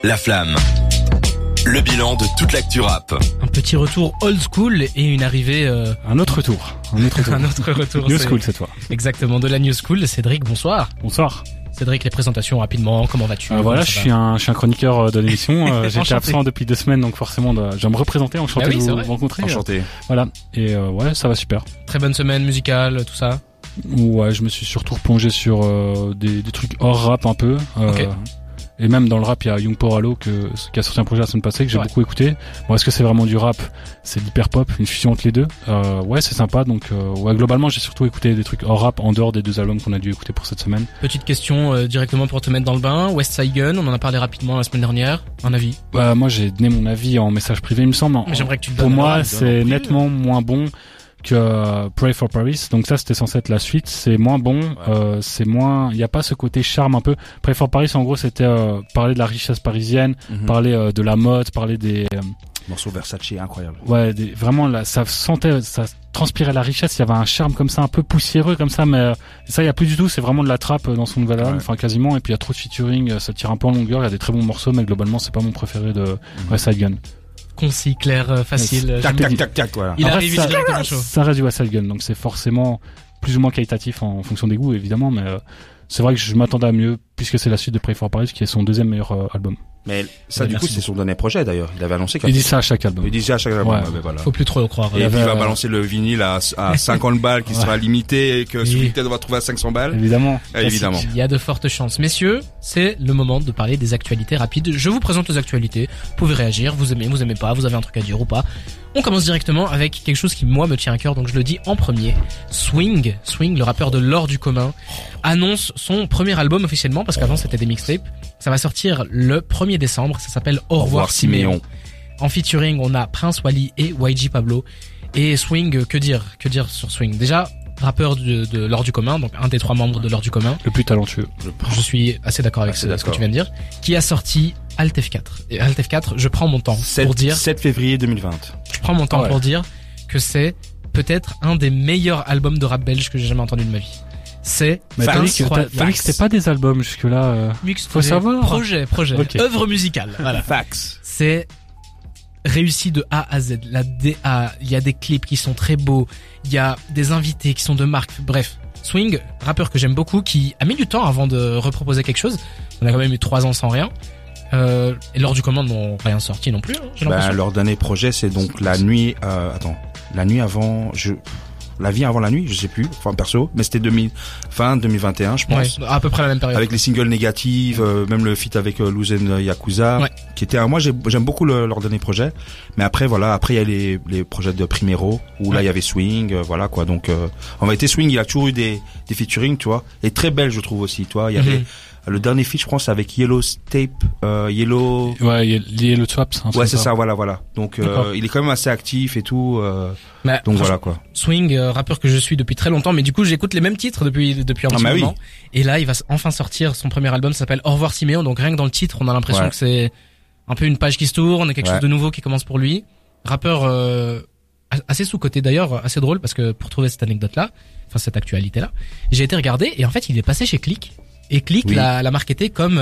La Flamme. Le bilan de toute l'actu rap. Un petit retour old school et une arrivée... Un autre retour. Un autre retour. New school cette fois. Exactement, de la new school. Cédric, bonsoir. Bonsoir. Cédric, les présentations rapidement, comment vas-tu? Voilà, je suis un chroniqueur de l'émission. J'étais absent depuis 2 semaines, donc forcément, je vais me représenter, enchanté de vous rencontrer. Enchanté. Voilà, et ouais, ça va super. Très bonne semaine musicale, tout ça. Ouais, je me suis surtout replongé sur des trucs hors rap un peu. Ok. Et même dans le rap, il y a Young Poralo qui a sorti un projet la semaine passée que j'ai beaucoup écouté. Bon, est-ce que c'est vraiment du rap? C'est de l'hyper pop, une fusion entre les deux. Ouais, c'est sympa. Donc, ouais, globalement, j'ai surtout écouté des trucs hors rap en dehors des 2 albums qu'on a dû écouter pour cette semaine. Petite question directement pour te mettre dans le bain. West Side Gun, on en a parlé rapidement la semaine dernière. Un avis? Moi, j'ai donné mon avis en message privé, il me semble. Mais j'aimerais que tu le Pour donnes. moi, c'est nettement moins bon que Pray for Paris. Donc ça, c'était censé être la suite. C'est moins bon. C'est moins. Il y a pas ce côté charme un peu. Pray for Paris, en gros, c'était parler de la richesse parisienne, parler de la mode, parler des Morceau Versace incroyable. Ouais, vraiment là, ça transpirait la richesse. Il y avait un charme comme ça, un peu poussiéreux comme ça, mais ça, il y a plus du tout. C'est vraiment de la trappe dans son nouvel album, enfin quasiment. Et puis il y a trop de featuring, ça tire un peu en longueur. Il y a des très bons morceaux, mais globalement, c'est pas mon préféré de West Side Gun. Concis, clair, facile. Tac, voilà. Il après, arrive directement chaud. Ça reste du West Side Gun, donc c'est forcément plus ou moins qualitatif en fonction des goûts, évidemment, mais c'est vrai que je m'attendais à mieux, puisque c'est la suite de Pray for Paris, qui est son 2e meilleur album. Mais ça, du coup, c'est son dernier projet, d'ailleurs. Il avait annoncé Il dit ça à chaque album. Il disait à chaque album. Ouais. Voilà. Faut plus trop le croire. Et puis il va balancer le vinyle à 50 balles qui sera limité et que celui peut-être va trouver à 500 balles. Évidemment. Évidemment. Il y a de fortes chances. Messieurs, c'est le moment de parler des actualités rapides. Je vous présente les actualités. Vous pouvez réagir. Vous aimez pas. Vous avez un truc à dire ou pas. On commence directement avec quelque chose qui, moi, me tient à cœur, donc je le dis en premier. Swing, le rappeur de l'Or du commun, annonce son premier album officiellement, parce qu'avant c'était des mixtapes. Ça va sortir le 1er décembre, ça s'appelle Au revoir Siméon. En featuring, on a Prince Wally et YG Pablo. Et Swing, que dire sur Swing? Déjà, rappeur de l'Or du commun, donc un des 3 membres de l'Or du commun. Le plus talentueux. Je suis assez d'accord avec ce que tu viens de dire. Qui a sorti Alt F4. Et Alt F4, je prends mon temps pour dire... 7 février 2020. Je prends mon temps pour dire que c'est peut-être un des meilleurs albums de rap belge que j'ai jamais entendu de ma vie. C'est t'as dit que c'était pas des albums jusque là. Faut savoir. Projet. Okay. Œuvre musicale. Voilà. Fax. C'est réussi de A à Z. La DA, il y a des clips qui sont très beaux. Il y a des invités qui sont de marque. Bref. Swing, rappeur que j'aime beaucoup, qui a mis du temps avant de reproposer quelque chose. On a quand même eu 3 ans sans rien. Et lors du commun n'ont rien sorti non plus, hein, j'ai l'impression. Leur dernier projet, c'est donc la nuit avant, la vie avant la nuit, je sais plus, enfin perso, mais c'était fin 2021, je pense. Ouais, à peu près la même période. Avec les singles négatives, même le feat avec Luzen Yakuza, qui était moi j'aime beaucoup leur dernier projet. Mais après il y a les projets de Primero où là il y avait Swing, voilà quoi. Donc en vérité Swing, il a toujours eu des featuring, tu vois, et très belle je trouve aussi, tu vois, il y avait le dernier feat, je pense, avec Yellow Tape, Yellow. Ouais, Yellow Swaps. Ouais, c'est ça, voilà. Donc, il est quand même assez actif et tout, donc voilà, quoi. Swing, rappeur que je suis depuis très longtemps, mais du coup, j'écoute les mêmes titres depuis un petit moment. Oui. Et là, il va enfin sortir son premier album, ça s'appelle Au revoir Siméon. Donc, rien que dans le titre, on a l'impression que c'est un peu une page qui se tourne, quelque chose de nouveau qui commence pour lui. Rappeur, assez sous-coté d'ailleurs, assez drôle parce que pour trouver cette anecdote-là, enfin, cette actualité-là, j'ai été regarder et en fait, il est passé chez Click. Et Click l'a marketé comme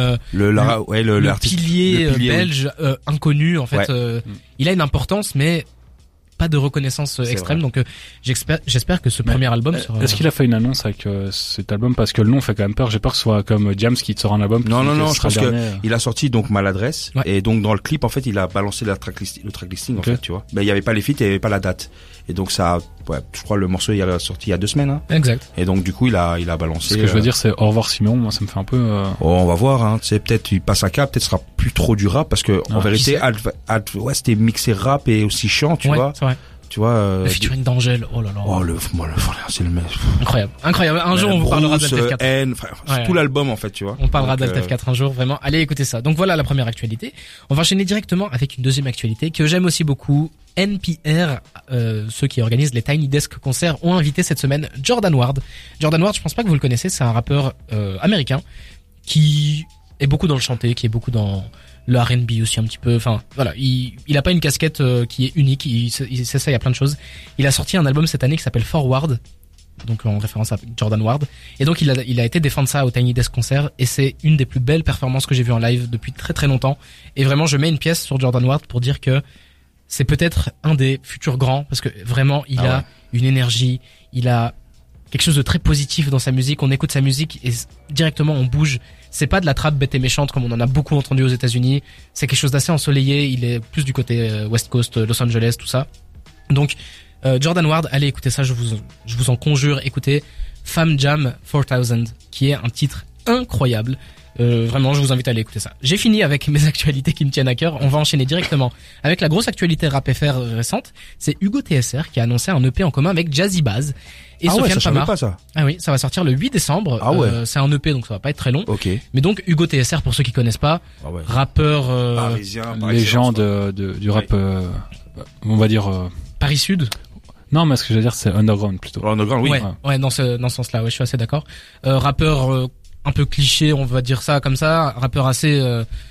le pilier belge inconnu en fait. Il a une importance mais pas de reconnaissance extrême, donc j'espère que ce premier album sera... Est-ce qu'il a fait une annonce avec cet album, parce que le nom fait quand même peur? J'ai peur que ce soit comme Diams qui te sort un album. Non, je pense que il a sorti donc Maladresse, et donc dans le clip en fait il a balancé le tracklisting en fait, tu vois. Ben il y avait pas les feats et il y avait pas la date. Et donc ça, je crois le morceau il a sorti il y a 2 semaines. Hein. Exact. Et donc du coup il a balancé. Ce que je veux dire c'est Au revoir Simon, moi ça me fait un peu. On va voir, hein. Tu sais, peut-être il passe un cap, peut-être ce sera plus trop du rap parce que en vérité, c'était mixé rap et aussi chant, tu vois. C'est vrai. Tu vois. Le featuring d'Angèle, oh là là. Oh c'est le mec. Incroyable. Un jour on vous parlera d'Alt F4. C'est tout l'album en fait, tu vois. On parlera d'Alt F4 un jour, vraiment. Allez écoutez ça. Donc voilà la première actualité. On va enchaîner directement avec une deuxième actualité que j'aime aussi beaucoup. NPR, ceux qui organisent les Tiny Desk concerts, ont invité cette semaine Jordan Ward. Jordan Ward, je pense pas que vous le connaissez, c'est un rappeur américain qui est beaucoup dans le chanté, qui est beaucoup dans le R&B aussi un petit peu. Enfin voilà, il a pas une casquette qui est unique, il s'essaye à plein de choses. Il a sorti un album cette année qui s'appelle Forward. donc en référence à Jordan Ward. Et donc il a été défendre ça au Tiny Desk Concert, et c'est une des plus belles performances que j'ai vues en live depuis très très longtemps. Et vraiment, je mets une pièce sur Jordan Ward pour dire que c'est peut-être un des futurs grands, parce que vraiment il a une énergie, il a quelque chose de très positif dans sa musique. On écoute sa musique et directement on bouge. C'est pas de la trappe bête et méchante comme on en a beaucoup entendu aux États-Unis. C'est quelque chose d'assez ensoleillé. Il est plus du côté West Coast, Los Angeles, tout ça. Donc Jordan Ward, allez écouter ça, je vous en conjure, écoutez Fam Jam 4000, qui est un titre incroyable. Vraiment, je vous invite à aller écouter ça. J'ai fini avec mes actualités qui me tiennent à cœur. On va enchaîner directement avec la grosse actualité rap FR récente. C'est Hugo TSR qui a annoncé un EP en commun avec Jazzy Bass et Sofiane Pamar. Pas ça. Ah oui, ça va sortir le 8 décembre. Ah ouais. C'est un EP, donc ça va pas être très long. Ok. Mais donc Hugo TSR, pour ceux qui connaissent pas, rappeur parisien, légende du rap, on va dire Paris Sud. Non, mais ce que je veux dire, c'est underground plutôt. Underground, oui. Ouais, dans ce sens-là, ouais, je suis assez d'accord. Rappeur un peu cliché, on va dire ça comme ça, rappeur assez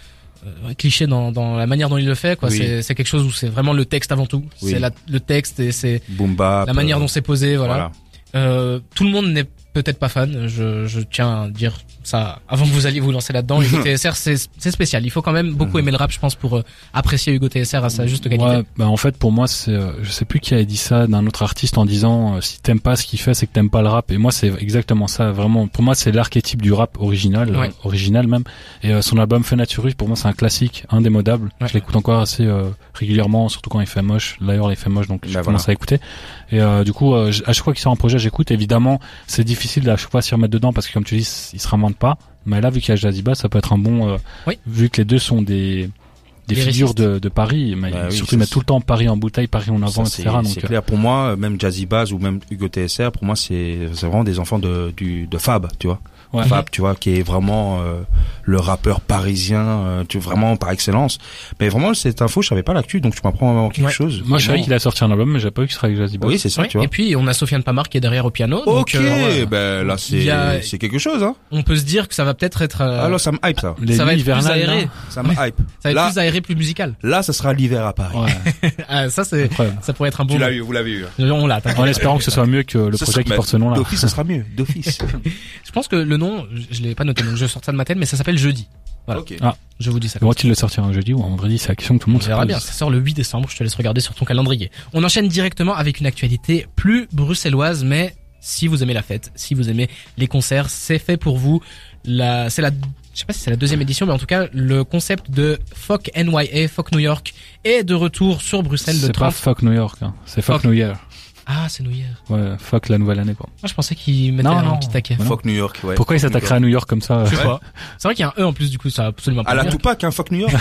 cliché dans la manière dont il le fait, quoi. Oui. C'est quelque chose où c'est vraiment le texte avant tout. Oui. C'est le texte et c'est Boom bap, la manière dont c'est posé, voilà. Tout le monde n'est peut-être pas fan. Je tiens à dire ça avant que vous alliez vous lancer là-dedans. Hugo TSR, c'est spécial. Il faut quand même beaucoup aimer le rap, je pense, pour apprécier Hugo TSR à sa juste qualité. Ouais, bah en fait, pour moi, c'est, je sais plus qui a dit ça d'un autre artiste en disant si t'aimes pas ce qu'il fait, c'est que t'aimes pas le rap. Et moi, c'est exactement ça. Vraiment, pour moi, c'est l'archétype du rap original, original même. Et son album Fenaturus, pour moi, c'est un classique, indémodable. Je l'écoute encore assez régulièrement, surtout quand il fait moche. D'ailleurs, il fait moche, donc je commence à écouter. Et du coup, à chaque fois qu'il sort un projet, j'écoute. Évidemment, c'est difficile à chaque fois s'y remettre dedans parce que, comme tu dis, il se ramène pas. Mais là, vu qu'il y a Jazzy Bass, ça peut être un bon, vu que les deux sont des figures de Paris, mais surtout ils mettent tout le temps Paris en bouteille, Paris en avant, etc. Donc c'est clair. Pour moi, même Jazzy Bass ou même Hugo TSR, pour moi, c'est vraiment des enfants de Fab, tu vois. Ouais. Fab, tu vois, qui est vraiment le rappeur parisien, vraiment par excellence. Mais vraiment, cette info, je savais pas l'actu, donc tu m'apprends quelque chose. Moi, je savais qu'il a sorti un album, mais j'ai pas vu qu'il serait avec Jazzy Bass. Oui, c'est ça, tu vois. Et puis, on a Sofiane Pamar qui est derrière au piano. Ok, donc, ben là, c'est quelque chose, hein. On peut se dire que ça va peut-être être. Alors, ça me hype, ça. Ça va être plus aéré. Ça me hype. Ça va être plus aéré, plus musical. Là, ça sera l'hiver à Paris. Ouais. Ça pourrait être un bon. Tu l'as eu, vous l'avez eu. On l'a. En espérant que ce soit mieux que le projet qui porte ce nom-là. D'office, ça sera mieux. D'office. Je pense que le nom, je l'ai pas noté, donc je sors ça de ma tête, mais ça s'appelle Jeudi. Voilà. Ok. Ah. Je vous dis ça. Va-t-il le sortir un jeudi ou un vendredi? C'est la question que tout le monde se verra pose. bien. Ça sort le 8 décembre. Je te laisse regarder sur ton calendrier. On enchaîne directement avec une actualité plus bruxelloise, mais si vous aimez la fête, si vous aimez les concerts, c'est fait pour vous. Je sais pas si c'est la deuxième édition, mais en tout cas, le concept de Fuck NYA, Fuck New York est de retour sur Bruxelles le 30. C'est pas Fuck New York, hein. C'est Fuck New Year. Ah, c'est New Year. Ouais, fuck la nouvelle année, quoi. Moi, je pensais qu'il mettait un petit taquet. Fuck New York, ouais. Pourquoi il s'attaquerait à New York comme ça? Je sais pas. C'est vrai qu'il y a un E en plus, du coup, ça a absolument pas. À la Tupac, hein, Fuck New York.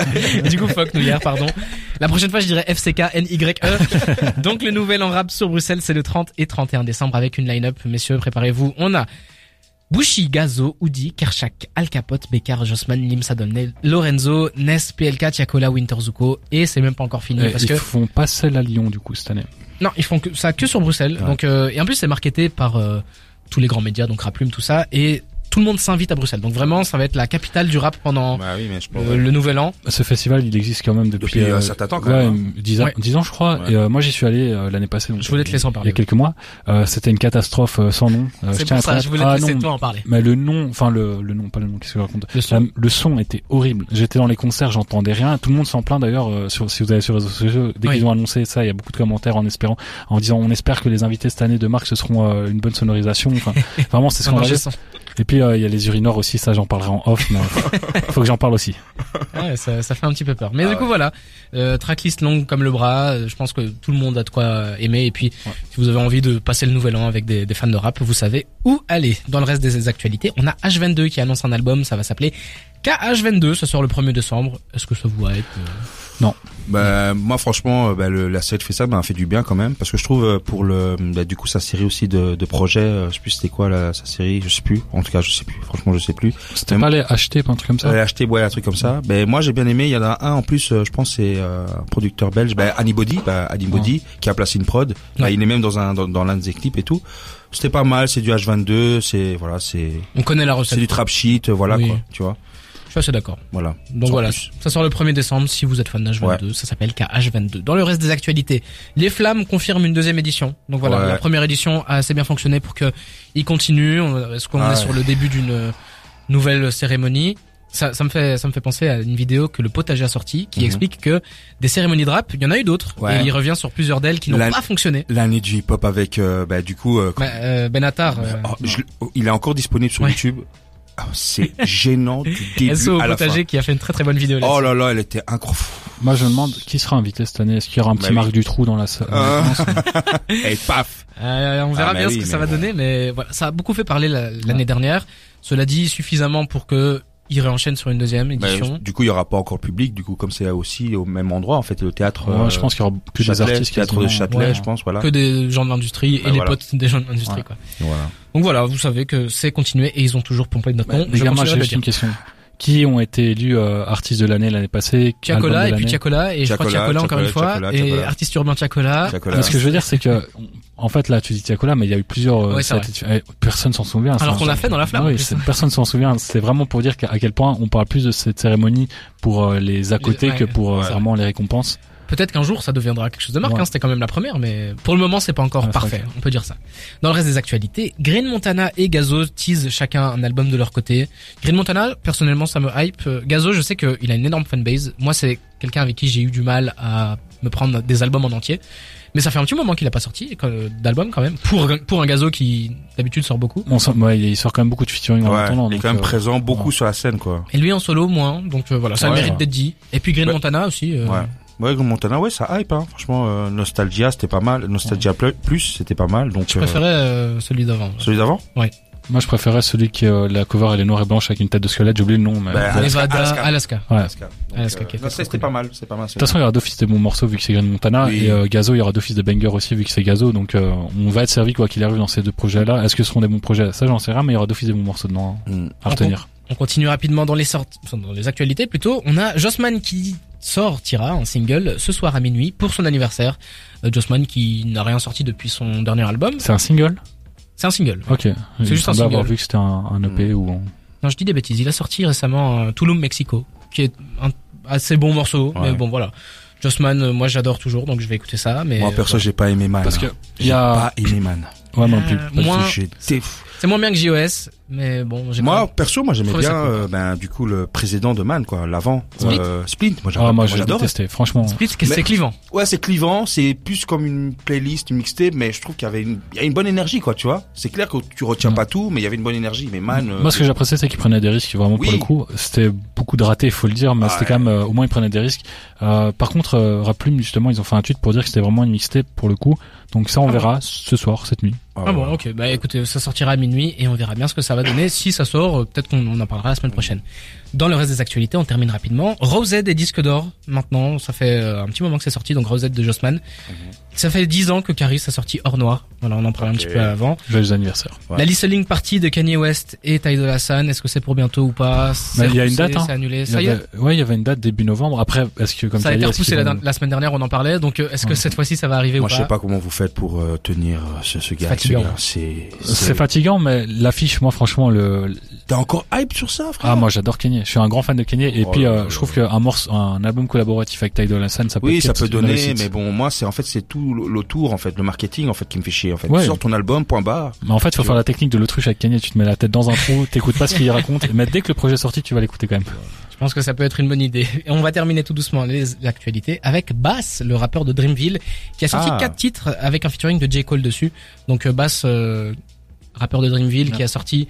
Du coup, Fuck New Year, pardon. La prochaine fois, je dirais FCK-NYE. Donc, le nouvel en rap sur Bruxelles, c'est le 30 et 31 décembre avec une line-up. Messieurs, préparez-vous. On a Bushi, Gazo, Oudi, Kershak, Al Capote, Bekar, Jossman, Lim Sadolnel, Lorenzo, Ness, PLK, Tiakola, Winterzuko, et c'est même pas encore fini parce que ils font pas celle à Lyon, du coup, cette année. Non, ils font que sur Bruxelles. Ouais. Donc et en plus c'est marketé par tous les grands médias, donc Raplume, tout ça, et tout le monde s'invite à Bruxelles. Donc vraiment, ça va être la capitale du rap pendant le nouvel an. Ce festival, il existe quand même depuis un certain temps, quand même. 10 ans, je crois. Ouais. Et moi, j'y suis allé l'année passée. Donc, je voulais te laisser en parler. Il y a quelques mois. C'était une catastrophe sans nom. C'est pour ça, je voulais te laisser toi en parler. Mais le nom, enfin le nom, pas le nom. Qu'est-ce que je raconte? Le son était horrible. J'étais dans les concerts, j'entendais rien. Tout le monde s'en plaint d'ailleurs. Si vous allez sur les réseaux sociaux, dès qu'ils ont annoncé ça, il y a beaucoup de commentaires en disant, on espère que les invités cette année de Marc ce seront une bonne sonorisation. Enfin, vraiment, c'est ce qu'on a. Et puis il y a les urinoirs aussi, ça j'en parlerai en off, mais faut que j'en parle aussi. Ouais, ça fait un petit peu peur. Mais du coup voilà, tracklist longue comme le bras, je pense que tout le monde a de quoi aimer. Et puis si vous avez envie de passer le nouvel an avec des fans de rap, vous savez où aller. Dans le reste des actualités, on a H22 qui annonce un album, ça va s'appeler KH22, ça sort le 1er décembre. Est-ce que ça vous va être Non. Moi franchement, la série fait ça m'a fait du bien quand même, parce que je trouve pour du coup sa série aussi de projets, je sais plus c'était quoi sa série, je sais plus. En tout cas, je sais plus. Franchement, je sais plus. C'était pas les acheter, pas un truc comme ça. Les acheter, ouais, un truc comme ça. Moi j'ai bien aimé. Il y en a un en plus, je pense c'est un producteur belge, Anybody, qui a placé une prod. Ouais. Il est même dans l'un des clips et tout. C'était pas mal. C'est du H22. On connaît la recette. C'est du trap shit, voilà quoi. Tu vois. Je suis assez d'accord. Voilà. Donc Sans voilà, plus. ça sort le 1er décembre si vous êtes fan d'H22, ça s'appelle KH22. Dans le reste des actualités, les Flammes confirment une deuxième édition. Donc voilà, la première édition a assez bien fonctionné pour que il continue. Est-ce qu'on est sur le début d'une nouvelle cérémonie? Ça me fait penser à une vidéo que le Potager a sortie qui explique que des cérémonies de rap, il y en a eu d'autres et il revient sur plusieurs d'elles qui n'ont pas fonctionné. L'année du hip-hop avec du coup Benatar. il est encore disponible sur YouTube. Oh, c'est gênant du début à la fin. Potager qui a fait une très très bonne vidéo là-dessus. Oh là là, elle était incroyable. Moi je me demande qui sera invité cette année. Est-ce qu'il y aura un petit Marc Dutroux dans la salle? Et paf. On verra bien ce que ça va donner, mais voilà, ça a beaucoup fait parler l'année dernière. Cela dit, suffisamment pour que il réenchaîne sur une deuxième édition. Du coup, il y aura pas encore le public. Du coup, comme c'est aussi au même endroit, en fait, le théâtre. Je pense qu'il y aura que des artistes, théâtre de Châtelet, je pense, voilà. Que des gens de l'industrie et les potes des gens de l'industrie, quoi. Voilà. Donc voilà, vous savez que c'est continué et ils ont toujours pompé notre nom. Les gars, moi, j'ai juste une question. Qui ont été élus artistes de l'année passée? Tiakola et puis Tiakola et je crois Tiakola encore une fois et artiste urbain Tiakola. Ce que je veux dire, c'est que en fait là tu dis Tiakola, mais il y a eu plusieurs personne s'en souvient. Alors qu'on l'a fait dans la flamme. Oui, personne s'en souvient. C'est vraiment pour dire à quel point on parle plus de cette cérémonie pour les à côté que pour vraiment les récompenses. Peut-être qu'un jour ça deviendra quelque chose de marque, c'était quand même la première, mais pour le moment c'est pas encore parfait, on peut dire ça. Dans le reste des actualités, Green Montana et Gazo teasent chacun un album de leur côté. Green Montana, personnellement ça me hype. Gazo, je sais qu'il a une énorme fanbase. Moi c'est quelqu'un avec qui j'ai eu du mal à me prendre des albums en entier. Mais ça fait un petit moment qu'il a pas sorti d'album quand même. Pour un Gazo qui d'habitude sort beaucoup. Il sort quand même beaucoup de featuring en attendant. Il est quand même présent beaucoup sur la scène, quoi. Et lui en solo moins, donc voilà, ça mérite d'être dit. Et puis Green Montana aussi. Ouais, Montana, ça hype, hein. Franchement, Nostalgia, c'était pas mal. Nostalgia Plus, c'était pas mal. Donc, je préférais celui d'avant. Celui d'avant? Ouais. Moi, je préférais celui qui, la cover, elle est noire et blanche avec une tête de squelette, j'ai oublié le nom, mais. Alaska. Ouais. Alaska. C'était pas mal, c'est pas mal. De toute façon, il y aura d'office des bons morceaux vu que c'est Green Montana, et Gazo, il y aura d'office des bangers aussi vu que c'est Gazo, donc, on va être servi quoi qu'il arrive dans ces deux projets-là. Est-ce que ce seront des bons projets? Ça, j'en sais rien, mais il y aura d'office des bons morceaux dedans, à retenir. On continue rapidement dans les actualités plutôt. On a Jossman qui sortira en single ce soir à minuit pour son anniversaire. Jossman qui n'a rien sorti depuis son dernier album. C'est un single? C'est un single. Ok. C'est juste un single. Avoir vu que c'était un EP ou. Non, je dis des bêtises. Il a sorti récemment Tulum Mexico, qui est un assez bon morceau, mais bon voilà. Jossman, moi j'adore toujours, donc je vais écouter ça. Mais moi perso, j'ai pas aimé Man. Parce que j'ai pas aimé Man. Ouais, non plus. C'est moins bien que JOS, mais bon. Perso, moi j'aimais bien, du coup, le président de Man, quoi, l'avant. Split. Moi j'adore. Détesté, franchement. Split, c'est clivant. Ouais, c'est clivant, c'est plus comme une playlist, une mixtape, mais je trouve qu'il y a une bonne énergie, quoi, tu vois. C'est clair que tu retiens pas tout, mais il y avait une bonne énergie, mais Man. Moi, ce que j'appréciais, c'est qu'il prenait des risques, vraiment, pour le coup. C'était beaucoup de ratés, il faut le dire, mais c'était quand même, au moins, il prenait des risques. Par contre, Raplume, justement, ils ont fait un tweet pour dire que c'était vraiment une mixtape, pour le coup. Donc ça, on verra ce soir, cette nuit. Bon, ok. Bah écoutez, ça sortira à minuit et on verra bien ce que ça va donner. Si ça sort, peut-être qu'on en parlera la semaine prochaine. Dans le reste des actualités, on termine rapidement. Rosette et disque d'or. Maintenant, ça fait un petit moment que c'est sorti, donc Rosette de Jossman. Ça fait 10 ans que Caris a sorti Or Noir. Voilà, on en parlait un petit peu avant. Joyeux anniversaire. La listening party de Kanye West et Ty Dolla $ign, est-ce que c'est pour bientôt ou pas? Il y a une date, hein. C'est annulé. Ça y est. Ouais, il y avait une date début novembre. Après, est-ce que comme ça a été repoussé la semaine dernière, on en parlait. Donc, est-ce que cette fois-ci ça va arriver ou pas? Moi, je sais pas comment vous faites pour tenir ce gars. C'est fatigant, mais l'affiche, moi, franchement, T'es encore hype sur ça, frère? Ah, moi, j'adore Kanye. Je suis un grand fan de Kanye. Et puis, je trouve un album collaboratif avec Ty Dolla $ign, ça peut ça peut donner, mais bon, moi, c'est tout l'autour, en fait, le marketing, en fait, qui me fait chier, en fait. Tu sors ton album, point barre. Mais en fait, faut faire la technique de l'autruche avec Kanye. Tu te mets la tête dans un trou, t'écoutes pas ce qu'il raconte, mais dès que le projet est sorti, tu vas l'écouter quand même. Je pense que ça peut être une bonne idée. Et on va terminer tout doucement l'actualité avec Bass, le rappeur de Dreamville, qui a sorti 4 titres avec un featuring de J. Cole dessus. Donc, Bass, rappeur de Dreamville, qui a sorti,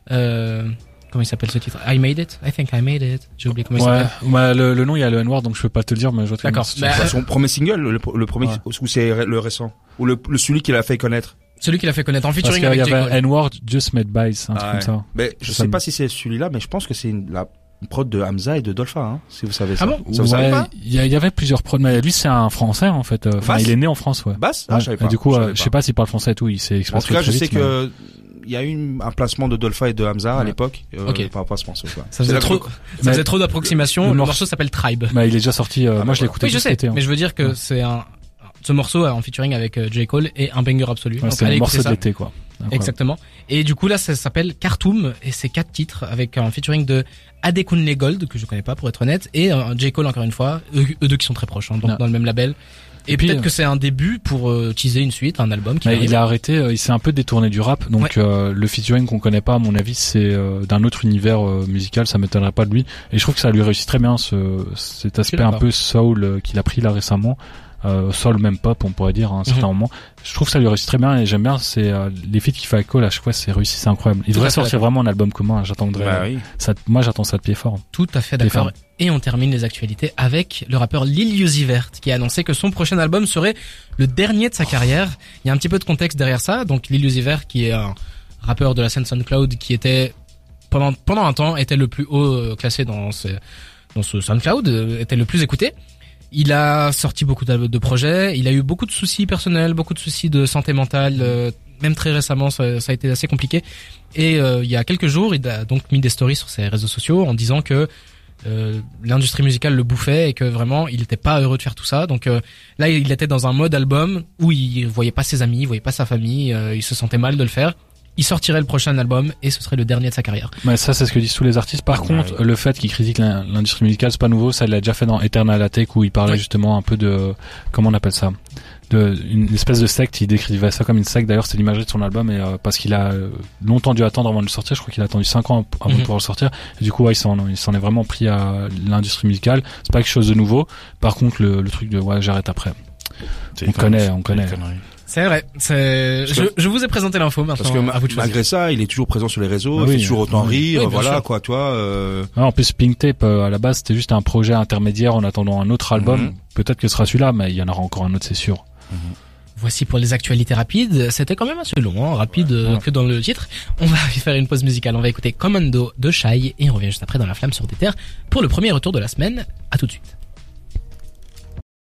comment il s'appelle ce titre? I Made It? I think I made it. J'ai oublié comment il s'appelle. Le nom, il y a le N-word, donc je peux pas te le dire, mais je vois. D'accord. C'est son premier single, le premier, ou c'est le récent? Ou celui qu'il a fait connaître? Celui qu'il a fait connaître en featuring avec J. Cole. Parce qu'il y avait N-word, Just Made By, un truc comme ça. Mais je sais pas si c'est celui-là, mais je pense que c'est la prod de Hamza et de Dolpha, hein, si vous savez ça. Ah bon? Ça vous savez pas? Il y avait plusieurs prods, mais lui c'est un Français en fait. Enfin, il est né en France, ouais. Bass? Ah, je savais pas. Du coup, je sais pas s'il parle français et tout, il s'est expatrié. En tout cas, je sais que il y a eu un placement de Dolpha et de Hamza à l'époque par rapport à ce morceau. Ça faisait trop d'approximation. Le morceau s'appelle Tribe. Mais il est déjà sorti. Moi, je l'ai écouté. Oui, je sais. Mais je veux dire que c'est ce morceau en featuring avec J. Cole est un banger absolu. C'est un morceau de l'été, quoi. Exactement. Et du coup là ça s'appelle Khartoum et c'est 4 titres avec un featuring de Adekunle Gold que je connais pas pour être honnête et J. Cole encore une fois, eux deux qui sont très proches dans le même label. Et puis, peut-être que c'est un début pour teaser une suite, un album qui il a arrêté, il s'est un peu détourné du rap, donc le featuring qu'on connaît pas à mon avis c'est d'un autre univers musical, ça m'étonnerait pas de lui et je trouve que ça lui réussit très bien cet aspect un peu soul qu'il a pris là récemment. Soul même pop on pourrait dire à un certain moment. Je trouve que ça lui réussit très bien et j'aime bien c'est les feats qu'il fait avec Cole à chaque fois c'est réussi, c'est incroyable. Il devrait sortir vraiment un album commun, j'attendrais ça, moi j'attends ça de pied fort. Tout à fait d'accord. Et on termine les actualités avec le rappeur Lil Uzi Vert qui a annoncé que son prochain album serait le dernier de sa carrière. Il y a un petit peu de contexte derrière ça. Donc Lil Uzi Vert qui est un rappeur de la scène SoundCloud qui était pendant un temps était le plus haut classé dans ce SoundCloud, était le plus écouté. Il a sorti beaucoup de projets, il a eu beaucoup de soucis personnels, beaucoup de soucis de santé mentale, même très récemment ça a été assez compliqué. Et il y a quelques jours, il a donc mis des stories sur ses réseaux sociaux en disant que l'industrie musicale le bouffait et que vraiment il était pas heureux de faire tout ça. Donc là il était dans un mode album où il voyait pas ses amis, il voyait pas sa famille, il se sentait mal de le faire. Il sortirait le prochain album et ce serait le dernier de sa carrière. Ouais, ça c'est ce que disent tous les artistes. Par contre, le fait qu'il critique l'industrie musicale, c'est pas nouveau. Ça, il l'a déjà fait dans Eternal Attic où il parlait justement un peu de, comment on appelle ça, une espèce de secte. Il décrivait ça comme une secte. D'ailleurs, c'est l'imagerie de son album et parce qu'il a longtemps dû attendre avant de le sortir. Je crois qu'il a attendu 5 ans avant de pouvoir le sortir. Et du coup, il s'en est vraiment pris à l'industrie musicale. C'est pas quelque chose de nouveau. Par contre, le truc de j'arrête après. On connaît. C'est vrai. Je vous ai présenté l'info maintenant. Parce que à vous de malgré ça, il est toujours présent sur les réseaux, il fait toujours autant rire, voilà sûr. Quoi, toi. En plus, Pink Tape à la base, c'était juste un projet intermédiaire en attendant un autre album. Peut-être que ce sera celui-là, mais il y en aura encore un autre, c'est sûr. Voici pour les actualités rapides. C'était quand même assez long, rapide que dans le titre. On va faire une pause musicale. On va écouter Commando de Shai et on revient juste après dans La Flamme sur des terres pour le premier retour de la semaine. À tout de suite.